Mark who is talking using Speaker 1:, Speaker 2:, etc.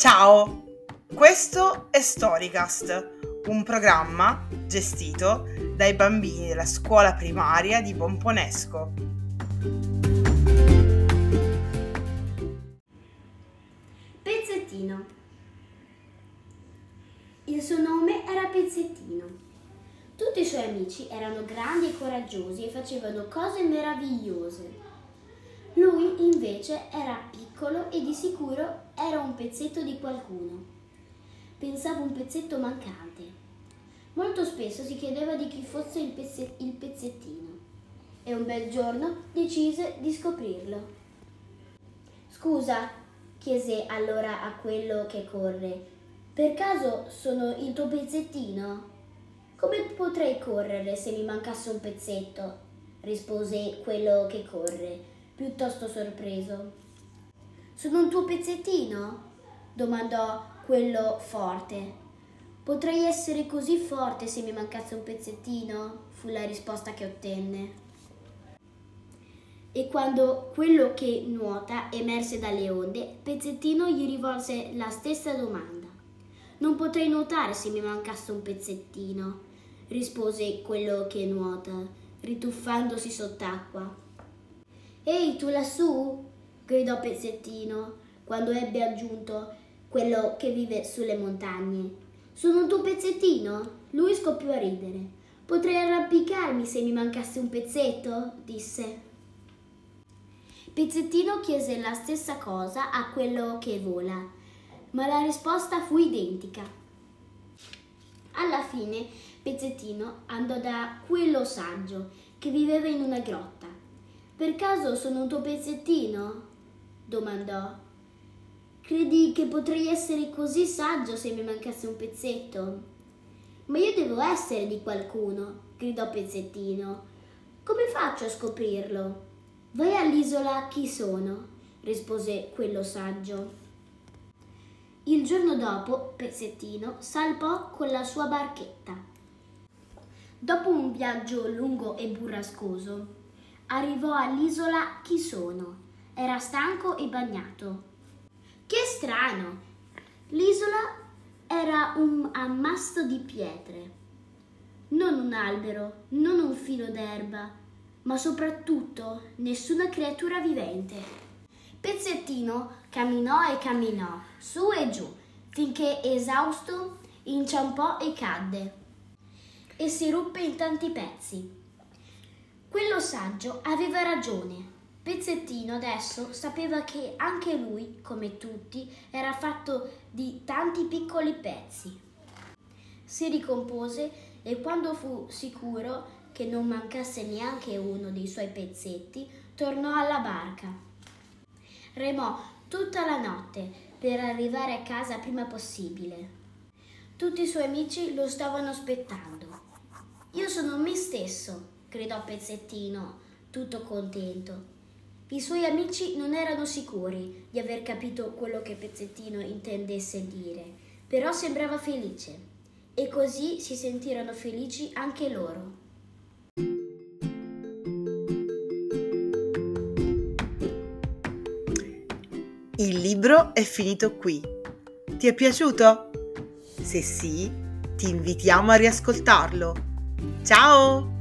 Speaker 1: Ciao, questo è Storycast, un programma gestito dai bambini della scuola primaria di Pomponesco.
Speaker 2: Pezzettino. Il suo nome era Pezzettino. Tutti i suoi amici erano grandi e coraggiosi e facevano cose meravigliose. Lui invece era piccolo e di sicuro era un pezzetto di qualcuno. Pensava un pezzetto mancante. Molto spesso si chiedeva di chi fosse il pezzettino e un bel giorno decise di scoprirlo. «Scusa», chiese allora a quello che corre, «per caso sono il tuo pezzettino?» «Come potrei correre se mi mancasse un pezzetto?» rispose quello che corre, piuttosto sorpreso. «Sono un tuo pezzettino?» domandò quello forte. «Potrei essere così forte se mi mancasse un pezzettino?» fu la risposta che ottenne. E quando quello che nuota emerse dalle onde, Pezzettino gli rivolse la stessa domanda. «Non potrei nuotare se mi mancasse un pezzettino», rispose quello che nuota, rituffandosi sott'acqua. «Ehi, tu lassù!» gridò Pezzettino, quando ebbe aggiunto quello che vive sulle montagne. «Sono un tuo pezzettino?» Lui scoppiò a ridere. «Potrei arrampicarmi se mi mancasse un pezzetto?» disse. Pezzettino chiese la stessa cosa a quello che vola, ma la risposta fu identica. Alla fine Pezzettino andò da quello saggio che viveva in una grotta. «Per caso sono un tuo pezzettino?» domandò. «Credi che potrei essere così saggio se mi mancasse un pezzetto?» «Ma io devo essere di qualcuno», gridò Pezzettino. «Come faccio a scoprirlo?» «Vai all'isola Chi sono», rispose quello saggio. Il giorno dopo Pezzettino salpò con la sua barchetta. Dopo un viaggio lungo e burrascoso, arrivò all'isola Chi sono. Era stanco e bagnato. «Che strano!» L'isola era un ammasso di pietre. Non un albero, non un filo d'erba, ma soprattutto nessuna creatura vivente. Pezzettino camminò e camminò, su e giù, finché esausto inciampò e cadde e si ruppe in tanti pezzi. Quello saggio aveva ragione. Pezzettino adesso sapeva che anche lui, come tutti, era fatto di tanti piccoli pezzi. Si ricompose e quando fu sicuro che non mancasse neanche uno dei suoi pezzetti, tornò alla barca. Remò tutta la notte per arrivare a casa prima possibile. Tutti i suoi amici lo stavano aspettando. «Io sono me stesso», gridò Pezzettino, tutto contento. I suoi amici non erano sicuri di aver capito quello che Pezzettino intendesse dire, però sembrava felice, e così si sentirono felici anche loro.
Speaker 1: Il libro è finito qui. Ti è piaciuto? Se sì, ti invitiamo a riascoltarlo. Ciao!